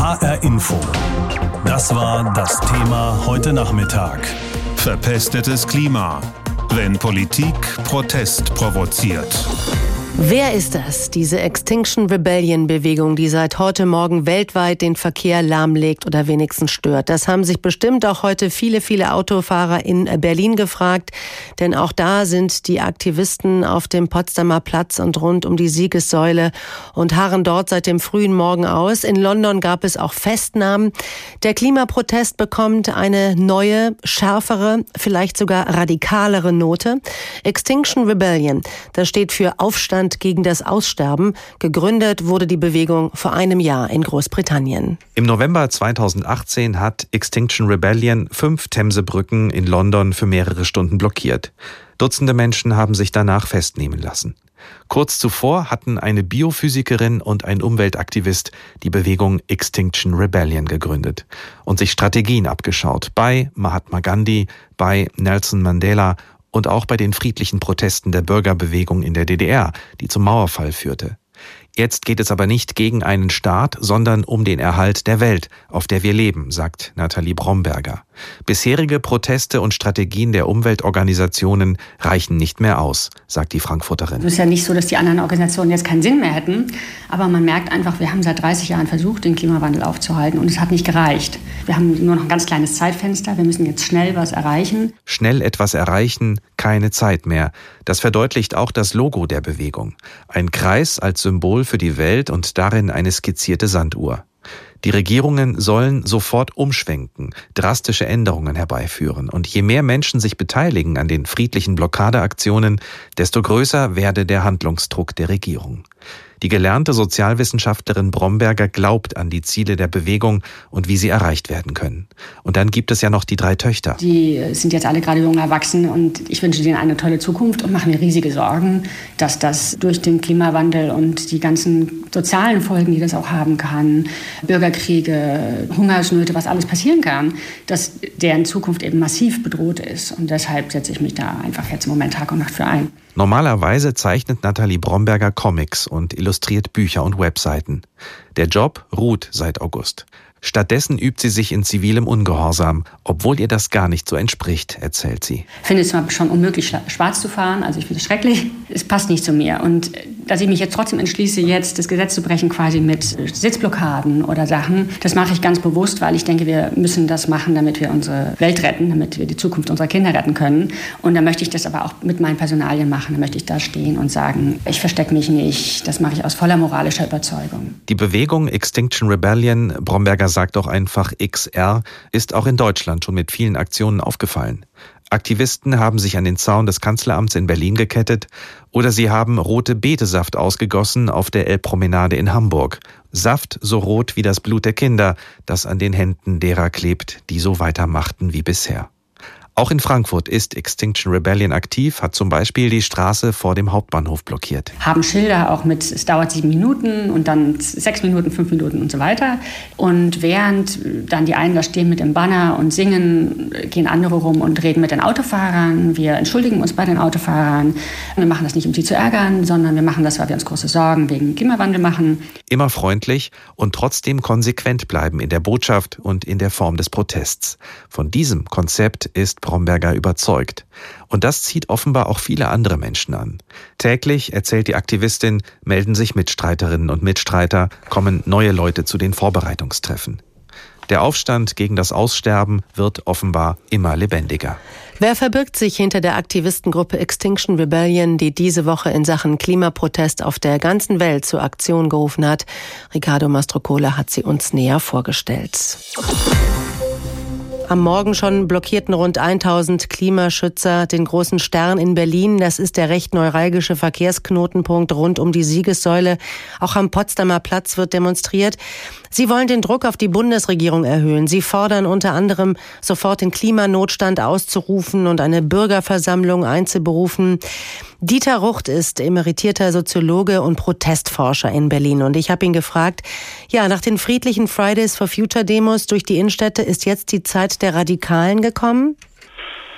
HR Info. Das war das Thema heute Nachmittag. Verpestetes Klima. Wenn Politik Protest provoziert. Wer ist das? Diese Extinction Rebellion Bewegung, die seit heute Morgen weltweit den Verkehr lahmlegt oder wenigstens stört. Das haben sich bestimmt auch heute viele Autofahrer in Berlin gefragt. Denn auch da sind die Aktivisten auf dem Potsdamer Platz und rund um die Siegessäule und harren dort seit dem frühen Morgen aus. In London gab es auch Festnahmen. Der Klimaprotest bekommt eine neue, schärfere, vielleicht sogar radikalere Note. Extinction Rebellion, das steht für Aufstand gegen das Aussterben. Gegründet wurde die Bewegung vor einem Jahr in Großbritannien. Im November 2018 hat Extinction Rebellion 5 Themsebrücken in London für mehrere Stunden blockiert. Dutzende Menschen haben sich danach festnehmen lassen. Kurz zuvor hatten eine Biophysikerin und ein Umweltaktivist die Bewegung Extinction Rebellion gegründet und sich Strategien abgeschaut bei Mahatma Gandhi, bei Nelson Mandela und auch bei den friedlichen Protesten der Bürgerbewegung in der DDR, die zum Mauerfall führte. Jetzt geht es aber nicht gegen einen Staat, sondern um den Erhalt der Welt, auf der wir leben, sagt Nathalie Bromberger. Bisherige Proteste und Strategien der Umweltorganisationen reichen nicht mehr aus, sagt die Frankfurterin. Es ist ja nicht so, dass die anderen Organisationen jetzt keinen Sinn mehr hätten, aber man merkt einfach, wir haben seit 30 Jahren versucht, den Klimawandel aufzuhalten und es hat nicht gereicht. Wir haben nur noch ein ganz kleines Zeitfenster, wir müssen jetzt schnell was erreichen. Schnell etwas erreichen, keine Zeit mehr. Das verdeutlicht auch das Logo der Bewegung. Ein Kreis als Symbol für die Welt und darin eine skizzierte Sanduhr. Die Regierungen sollen sofort umschwenken, drastische Änderungen herbeiführen. Und je mehr Menschen sich beteiligen an den friedlichen Blockadeaktionen, desto größer werde der Handlungsdruck der Regierung. Die gelernte Sozialwissenschaftlerin Bromberger glaubt an die Ziele der Bewegung und wie sie erreicht werden können. Und dann gibt es ja noch die 3 Töchter. Die sind jetzt alle gerade jung erwachsen und ich wünsche denen eine tolle Zukunft und mache mir riesige Sorgen, dass das durch den Klimawandel und die ganzen sozialen Folgen, die das auch haben kann, Bürgerkriege, Hungersnöte, was alles passieren kann, dass deren Zukunft eben massiv bedroht ist. Und deshalb setze ich mich da einfach jetzt im Moment Tag und Nacht für ein. Normalerweise zeichnet Nathalie Bromberger Comics und illustriert Bücher und Webseiten. Der Job ruht seit August. Stattdessen übt sie sich in zivilem Ungehorsam, obwohl ihr das gar nicht so entspricht, erzählt sie. Ich finde es zwar schon unmöglich, schwarz zu fahren, also ich finde es schrecklich. Es passt nicht zu mir. Und dass ich mich jetzt trotzdem entschließe, jetzt das Gesetz zu brechen, quasi mit Sitzblockaden oder Sachen, das mache ich ganz bewusst, weil ich denke, wir müssen das machen, damit wir unsere Welt retten, damit wir die Zukunft unserer Kinder retten können. Und da möchte ich das aber auch mit meinen Personalien machen. Da möchte ich da stehen und sagen, ich verstecke mich nicht. Das mache ich aus voller moralischer Überzeugung. Die Bewegung Extinction Rebellion, Bromberger sagt auch einfach XR, ist auch in Deutschland schon mit vielen Aktionen aufgefallen. Aktivisten haben sich an den Zaun des Kanzleramts in Berlin gekettet oder sie haben rote Betesaft ausgegossen auf der Elbpromenade in Hamburg. Saft so rot wie das Blut der Kinder, das an den Händen derer klebt, die so weitermachten wie bisher. Auch in Frankfurt ist Extinction Rebellion aktiv, hat zum Beispiel die Straße vor dem Hauptbahnhof blockiert. Haben Schilder auch mit, es dauert 7 Minuten und dann 6 Minuten, 5 Minuten und so weiter. Und während dann die einen da stehen mit dem Banner und singen, gehen andere rum und reden mit den Autofahrern. Wir entschuldigen uns bei den Autofahrern. Wir machen das nicht, um sie zu ärgern, sondern wir machen das, weil wir uns große Sorgen wegen Klimawandel machen. Immer freundlich und trotzdem konsequent bleiben in der Botschaft und in der Form des Protests. Von diesem Konzept ist Bromberger überzeugt. Und das zieht offenbar auch viele andere Menschen an. Täglich, erzählt die Aktivistin, melden sich Mitstreiterinnen und Mitstreiter, kommen neue Leute zu den Vorbereitungstreffen. Der Aufstand gegen das Aussterben wird offenbar immer lebendiger. Wer verbirgt sich hinter der Aktivistengruppe Extinction Rebellion, die diese Woche in Sachen Klimaprotest auf der ganzen Welt zur Aktion gerufen hat? Riccardo Mastrocola hat sie uns näher vorgestellt. Am Morgen schon blockierten rund 1000 Klimaschützer den großen Stern in Berlin. Das ist der recht neuralgische Verkehrsknotenpunkt rund um die Siegessäule. Auch am Potsdamer Platz wird demonstriert. Sie wollen den Druck auf die Bundesregierung erhöhen. Sie fordern unter anderem, sofort den Klimanotstand auszurufen und eine Bürgerversammlung einzuberufen. Dieter Rucht ist emeritierter Soziologe und Protestforscher in Berlin. Und ich habe ihn gefragt, ja, nach den friedlichen Fridays for Future Demos durch die Innenstädte ist jetzt die Zeit der Radikalen gekommen?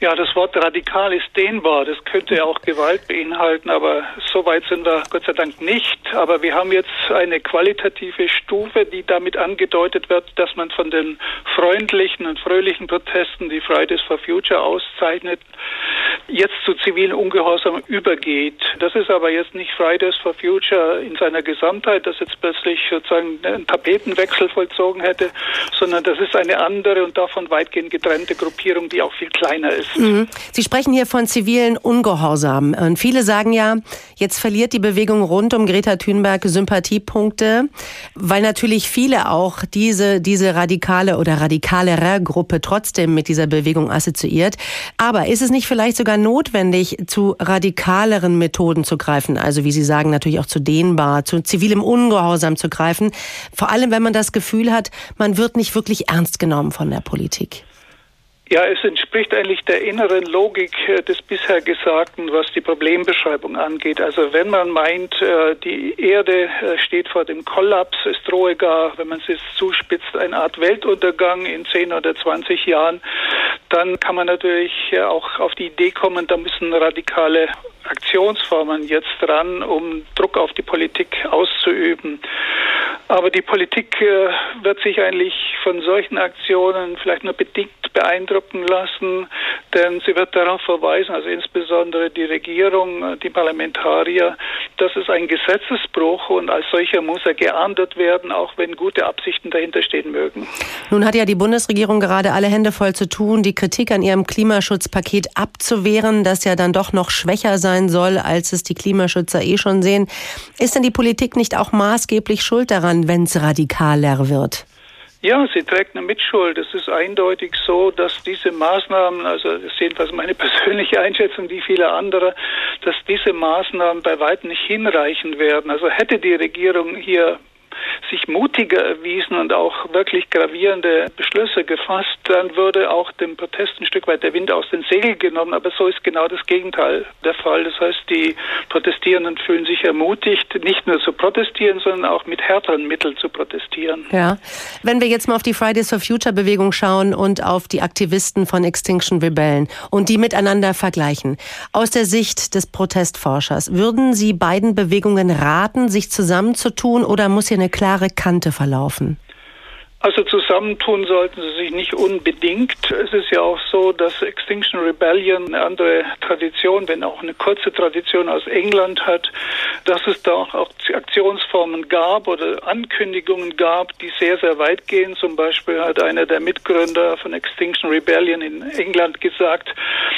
Ja, das Wort radikal ist dehnbar. Das könnte auch Gewalt beinhalten, aber so weit sind wir Gott sei Dank nicht. Aber wir haben jetzt eine qualitative Stufe, die damit angedeutet wird, dass man von den freundlichen und fröhlichen Protesten, die Fridays for Future auszeichnet, jetzt zu zivilen Ungehorsam übergeht. Das ist aber jetzt nicht Fridays for Future in seiner Gesamtheit, das jetzt plötzlich sozusagen einen Tapetenwechsel vollzogen hätte, sondern das ist eine andere und davon weitgehend getrennte Gruppierung, die auch viel kleiner ist. Sie sprechen hier von zivilen Ungehorsam. Und viele sagen ja, jetzt verliert die Bewegung rund um Greta Thunberg Sympathiepunkte, weil natürlich viele auch diese radikale oder radikalere Gruppe trotzdem mit dieser Bewegung assoziiert. Aber ist es nicht vielleicht sogar notwendig, zu radikaleren Methoden zu greifen? Also wie Sie sagen, natürlich auch zu dehnbar, zu zivilem Ungehorsam zu greifen. Vor allem, wenn man das Gefühl hat, man wird nicht wirklich ernst genommen von der Politik. Ja, es entspricht eigentlich der inneren Logik des bisher Gesagten, was die Problembeschreibung angeht. Also wenn man meint, die Erde steht vor dem Kollaps, es drohe gar, wenn man es jetzt zuspitzt, eine Art Weltuntergang in 10 oder 20 Jahren, dann kann man natürlich auch auf die Idee kommen, da müssen radikale Aktionsformen jetzt ran, um Druck auf die Politik auszuüben. Aber die Politik wird sich eigentlich von solchen Aktionen vielleicht nur bedingt beeindrucken lassen, denn sie wird darauf verweisen, also insbesondere die Regierung, die Parlamentarier, dass es ein Gesetzesbruch und als solcher muss er geahndet werden, auch wenn gute Absichten dahinter stehen mögen. Nun hat ja die Bundesregierung gerade alle Hände voll zu tun, die Kritik an ihrem Klimaschutzpaket abzuwehren, das ja dann doch noch schwächer sein soll, als es die Klimaschützer schon sehen. Ist denn die Politik nicht auch maßgeblich schuld daran, wenn es radikaler wird? Ja, sie trägt eine Mitschuld. Es ist eindeutig so, dass diese Maßnahmen, also das ist jedenfalls meine persönliche Einschätzung, die vieler anderer, dass diese Maßnahmen bei weitem nicht hinreichen werden. Also hätte die Regierung hier sich mutiger erwiesen und auch wirklich gravierende Beschlüsse gefasst, dann würde auch dem Protest ein Stück weit der Wind aus den Segeln genommen. Aber so ist genau das Gegenteil der Fall. Das heißt, die Protestierenden fühlen sich ermutigt, nicht nur zu protestieren, sondern auch mit härteren Mitteln zu protestieren. Ja, wenn wir jetzt mal auf die Fridays for Future Bewegung schauen und auf die Aktivisten von Extinction Rebellion und die miteinander vergleichen. Aus der Sicht des Protestforschers, würden Sie beiden Bewegungen raten, sich zusammenzutun oder muss hier eine klare Kante verlaufen? Also zusammentun sollten sie sich nicht unbedingt. Es ist ja auch so, dass Extinction Rebellion eine andere Tradition, wenn auch eine kurze Tradition aus England hat, dass es da auch Aktionsformen gab oder Ankündigungen gab, die sehr, sehr weit gehen. Zum Beispiel hat einer der Mitgründer von Extinction Rebellion in England gesagt,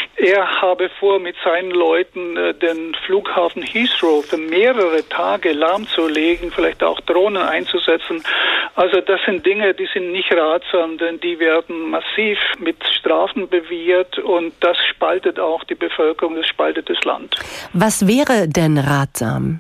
er habe vor, mit seinen Leuten den Flughafen Heathrow für mehrere Tage lahmzulegen, vielleicht auch Drohnen einzusetzen. Also das sind Dinge, die sind nicht ratsam, denn die werden massiv mit Strafen bewährt und das spaltet auch die Bevölkerung, das spaltet das Land. Was wäre denn ratsam?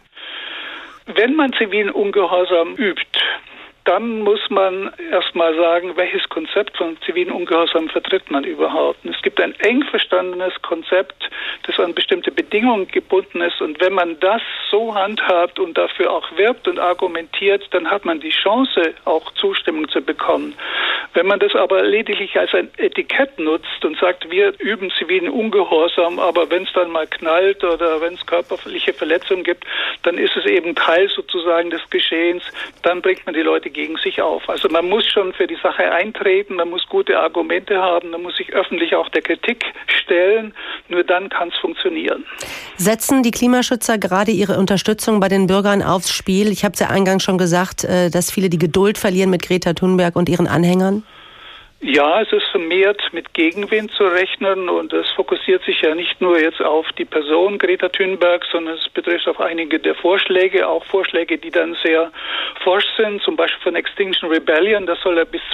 Wenn man zivilen Ungehorsam übt, dann muss man erstmal sagen, welches Konzept von zivilen Ungehorsam vertritt man überhaupt. Und es gibt ein eng verstandenes Konzept, das an bestimmte Bedingungen gebunden ist. Und wenn man das so handhabt und dafür auch wirbt und argumentiert, dann hat man die Chance, auch Zustimmung zu bekommen. Wenn man das aber lediglich als ein Etikett nutzt und sagt, wir üben zivilen Ungehorsam, aber wenn es dann mal knallt oder wenn es körperliche Verletzungen gibt, dann ist es eben Teil sozusagen des Geschehens, dann bringt man die Leute gegen sich auf. Also man muss schon für die Sache eintreten, man muss gute Argumente haben, man muss sich öffentlich auch der Kritik stellen, nur dann kann es funktionieren. Setzen die Klimaschützer gerade ihre Unterstützung bei den Bürgern aufs Spiel? Ich habe es ja eingangs schon gesagt, dass viele die Geduld verlieren mit Greta Thunberg und ihren Anhängern. Ja, es ist vermehrt mit Gegenwind zu rechnen und es fokussiert sich ja nicht nur jetzt auf die Person Greta Thunberg, sondern es betrifft auch einige der Vorschläge, auch Vorschläge, die dann sehr forsch sind, zum Beispiel von Extinction Rebellion, das soll ja bis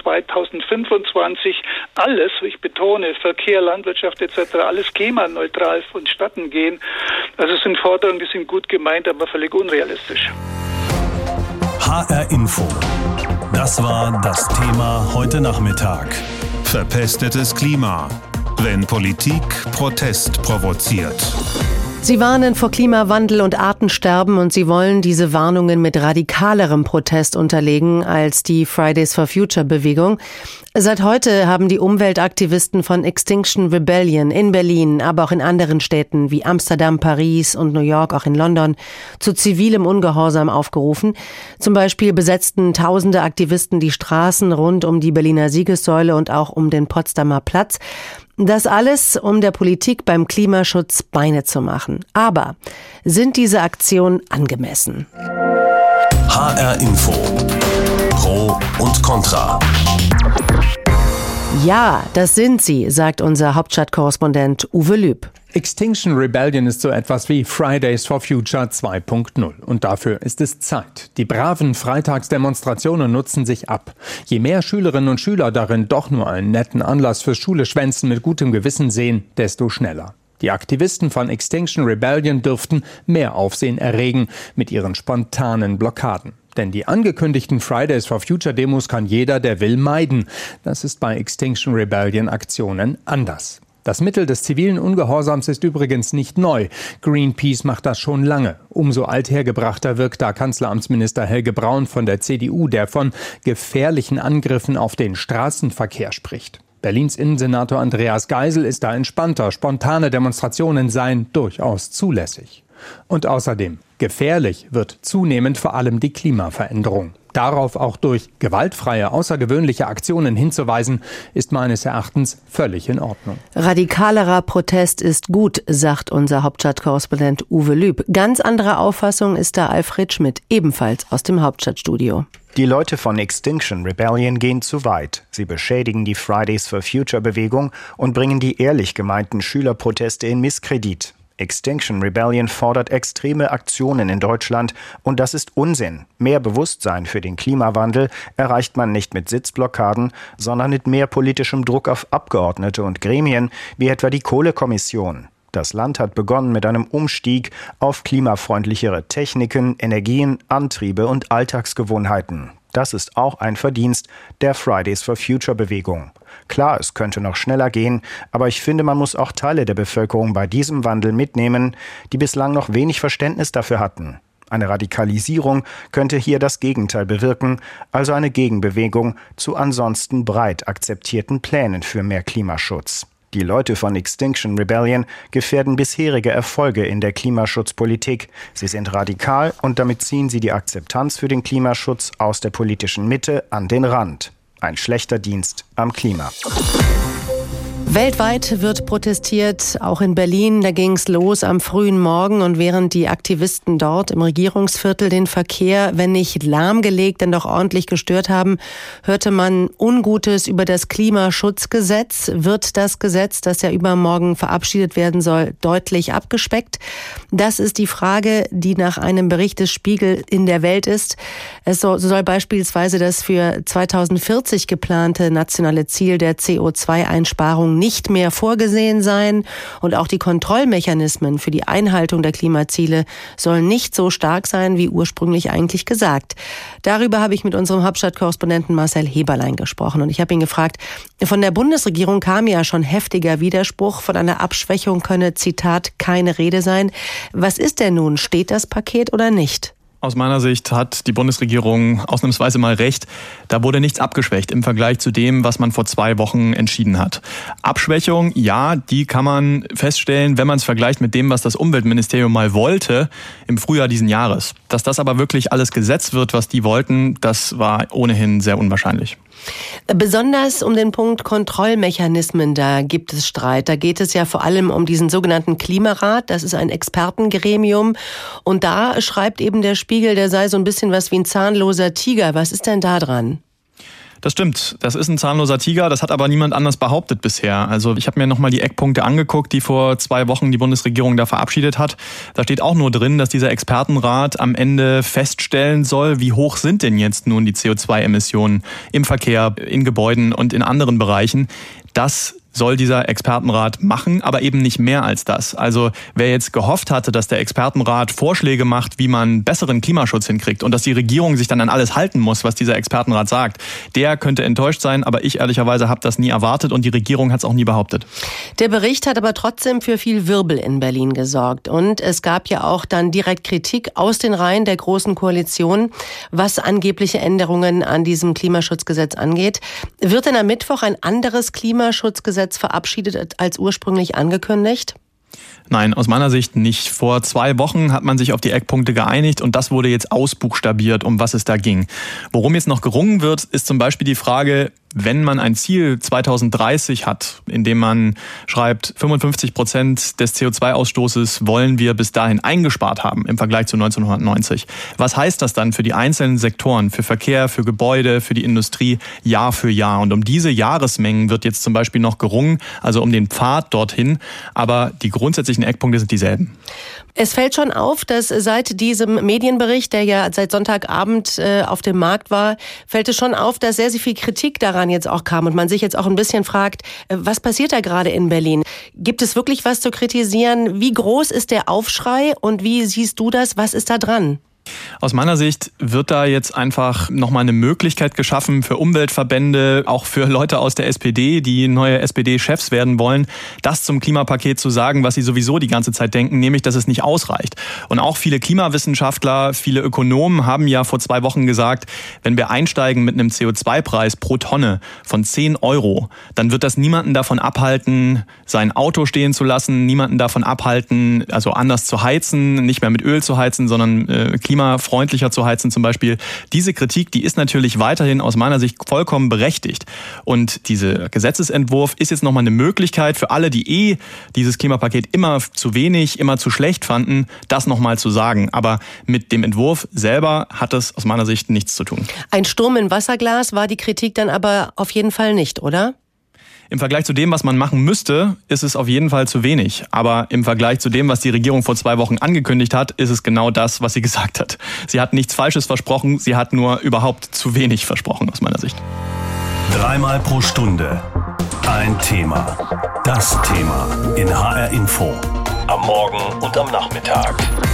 2025 alles, ich betone, Verkehr, Landwirtschaft etc., alles klimaneutral vonstatten gehen. Also es sind Forderungen, die sind gut gemeint, aber völlig unrealistisch. HR Info. Das war das Thema heute Nachmittag. Verpestetes Klima. Wenn Politik Protest provoziert. Sie warnen vor Klimawandel und Artensterben und sie wollen diese Warnungen mit radikalerem Protest unterlegen als die Fridays for Future Bewegung. Seit heute haben die Umweltaktivisten von Extinction Rebellion in Berlin, aber auch in anderen Städten wie Amsterdam, Paris und New York, auch in London, zu zivilem Ungehorsam aufgerufen. Zum Beispiel besetzten tausende Aktivisten die Straßen rund um die Berliner Siegessäule und auch um den Potsdamer Platz. Das alles, um der Politik beim Klimaschutz Beine zu machen. Aber sind diese Aktionen angemessen? HR Info. Pro und Contra. Ja, das sind sie, sagt unser Hauptstadtkorrespondent Uwe Lüb. Extinction Rebellion ist so etwas wie Fridays for Future 2.0. Und dafür ist es Zeit. Die braven Freitagsdemonstrationen nutzen sich ab. Je mehr Schülerinnen und Schüler darin doch nur einen netten Anlass fürs Schuleschwänzen mit gutem Gewissen sehen, desto schneller. Die Aktivisten von Extinction Rebellion dürften mehr Aufsehen erregen mit ihren spontanen Blockaden. Denn die angekündigten Fridays for Future Demos kann jeder, der will, meiden. Das ist bei Extinction Rebellion Aktionen anders. Das Mittel des zivilen Ungehorsams ist übrigens nicht neu. Greenpeace macht das schon lange. Umso althergebrachter wirkt da Kanzleramtsminister Helge Braun von der CDU, der von gefährlichen Angriffen auf den Straßenverkehr spricht. Berlins Innensenator Andreas Geisel ist da entspannter. Spontane Demonstrationen seien durchaus zulässig. Und außerdem, gefährlich wird zunehmend vor allem die Klimaveränderung. Darauf auch durch gewaltfreie, außergewöhnliche Aktionen hinzuweisen, ist meines Erachtens völlig in Ordnung. Radikalerer Protest ist gut, sagt unser Hauptstadtkorrespondent Uwe Lüb. Ganz anderer Auffassung ist da Alfred Schmidt, ebenfalls aus dem Hauptstadtstudio. Die Leute von Extinction Rebellion gehen zu weit. Sie beschädigen die Fridays for Future Bewegung und bringen die ehrlich gemeinten Schülerproteste in Misskredit. Extinction Rebellion fordert extreme Aktionen in Deutschland und das ist Unsinn. Mehr Bewusstsein für den Klimawandel erreicht man nicht mit Sitzblockaden, sondern mit mehr politischem Druck auf Abgeordnete und Gremien, wie etwa die Kohlekommission. Das Land hat begonnen mit einem Umstieg auf klimafreundlichere Techniken, Energien, Antriebe und Alltagsgewohnheiten. Das ist auch ein Verdienst der Fridays for Future Bewegung. Klar, es könnte noch schneller gehen, aber ich finde, man muss auch Teile der Bevölkerung bei diesem Wandel mitnehmen, die bislang noch wenig Verständnis dafür hatten. Eine Radikalisierung könnte hier das Gegenteil bewirken, also eine Gegenbewegung zu ansonsten breit akzeptierten Plänen für mehr Klimaschutz. Die Leute von Extinction Rebellion gefährden bisherige Erfolge in der Klimaschutzpolitik. Sie sind radikal und damit ziehen sie die Akzeptanz für den Klimaschutz aus der politischen Mitte an den Rand. Ein schlechter Dienst am Klima. Weltweit wird protestiert, auch in Berlin. Da ging es los am frühen Morgen und während die Aktivisten dort im Regierungsviertel den Verkehr, wenn nicht lahmgelegt, dann doch ordentlich gestört haben, hörte man Ungutes über das Klimaschutzgesetz. Wird das Gesetz, das ja übermorgen verabschiedet werden soll, deutlich abgespeckt? Das ist die Frage, die nach einem Bericht des Spiegel in der Welt ist. Es soll beispielsweise das für 2040 geplante nationale Ziel der CO2-Einsparung nicht mehr vorgesehen sein und auch die Kontrollmechanismen für die Einhaltung der Klimaziele sollen nicht so stark sein, wie ursprünglich eigentlich gesagt. Darüber habe ich mit unserem Hauptstadtkorrespondenten Marcel Heberlein gesprochen und ich habe ihn gefragt, von der Bundesregierung kam ja schon heftiger Widerspruch, von einer Abschwächung könne, Zitat, keine Rede sein. Was ist denn nun? Steht das Paket oder nicht? Aus meiner Sicht hat die Bundesregierung ausnahmsweise mal recht. Da wurde nichts abgeschwächt im Vergleich zu dem, was man vor 2 Wochen entschieden hat. Abschwächung, ja, die kann man feststellen, wenn man es vergleicht mit dem, was das Umweltministerium mal wollte im Frühjahr diesen Jahres. Dass das aber wirklich alles gesetzt wird, was die wollten, das war ohnehin sehr unwahrscheinlich. Besonders um den Punkt Kontrollmechanismen, da gibt es Streit. Da geht es ja vor allem um diesen sogenannten Klimarat. Das ist ein Expertengremium. Und da schreibt eben der Spiegel, der sei so ein bisschen was wie ein zahnloser Tiger. Was ist denn da dran? Das stimmt, das ist ein zahnloser Tiger, das hat aber niemand anders behauptet bisher. Also ich habe mir nochmal die Eckpunkte angeguckt, die vor 2 Wochen die Bundesregierung da verabschiedet hat. Da steht auch nur drin, dass dieser Expertenrat am Ende feststellen soll, wie hoch sind denn jetzt nun die CO2-Emissionen im Verkehr, in Gebäuden und in anderen Bereichen. Dass soll dieser Expertenrat machen, aber eben nicht mehr als das. Also wer jetzt gehofft hatte, dass der Expertenrat Vorschläge macht, wie man besseren Klimaschutz hinkriegt und dass die Regierung sich dann an alles halten muss, was dieser Expertenrat sagt, der könnte enttäuscht sein, aber ich ehrlicherweise habe das nie erwartet und die Regierung hat es auch nie behauptet. Der Bericht hat aber trotzdem für viel Wirbel in Berlin gesorgt und es gab ja auch dann direkt Kritik aus den Reihen der Großen Koalition, was angebliche Änderungen an diesem Klimaschutzgesetz angeht. Wird denn am Mittwoch ein anderes Klimaschutzgesetz verabschiedet als ursprünglich angekündigt? Nein, aus meiner Sicht nicht. Vor 2 Wochen hat man sich auf die Eckpunkte geeinigt und das wurde jetzt ausbuchstabiert, um was es da ging. Worum jetzt noch gerungen wird, ist zum Beispiel die Frage, wenn man ein Ziel 2030 hat, in dem man schreibt, 55% des CO2-Ausstoßes wollen wir bis dahin eingespart haben im Vergleich zu 1990. Was heißt das dann für die einzelnen Sektoren, für Verkehr, für Gebäude, für die Industrie, Jahr für Jahr? Und um diese Jahresmengen wird jetzt zum Beispiel noch gerungen, also um den Pfad dorthin, aber die grundsätzlichen Eckpunkte sind dieselben. Es fällt schon auf, dass seit diesem Medienbericht, der ja seit Sonntagabend auf dem Markt war, fällt es schon auf, dass sehr, sehr viel Kritik daran jetzt auch kam und man sich jetzt auch ein bisschen fragt, was passiert da gerade in Berlin? Gibt es wirklich was zu kritisieren? Wie groß ist der Aufschrei und wie siehst du das? Was ist da dran? Aus meiner Sicht wird da jetzt einfach nochmal eine Möglichkeit geschaffen für Umweltverbände, auch für Leute aus der SPD, die neue SPD-Chefs werden wollen, das zum Klimapaket zu sagen, was sie sowieso die ganze Zeit denken, nämlich, dass es nicht ausreicht. Und auch viele Klimawissenschaftler, viele Ökonomen haben ja vor 2 Wochen gesagt, wenn wir einsteigen mit einem CO2-Preis pro Tonne von 10 €, dann wird das niemanden davon abhalten, sein Auto stehen zu lassen, niemanden davon abhalten, also anders zu heizen, nicht mehr mit Öl zu heizen, sondern klimafreundlicher zu heizen zum Beispiel. Diese Kritik, die ist natürlich weiterhin aus meiner Sicht vollkommen berechtigt. Und dieser Gesetzesentwurf ist jetzt nochmal eine Möglichkeit für alle, die dieses Klimapaket immer zu wenig, immer zu schlecht fanden, das nochmal zu sagen. Aber mit dem Entwurf selber hat es aus meiner Sicht nichts zu tun. Ein Sturm im Wasserglas war die Kritik dann aber auf jeden Fall nicht, oder? Im Vergleich zu dem, was man machen müsste, ist es auf jeden Fall zu wenig. Aber im Vergleich zu dem, was die Regierung vor 2 Wochen angekündigt hat, ist es genau das, was sie gesagt hat. Sie hat nichts Falsches versprochen, sie hat nur überhaupt zu wenig versprochen, aus meiner Sicht. 3-mal pro Stunde ein Thema. Das Thema in HR Info. Am Morgen und am Nachmittag.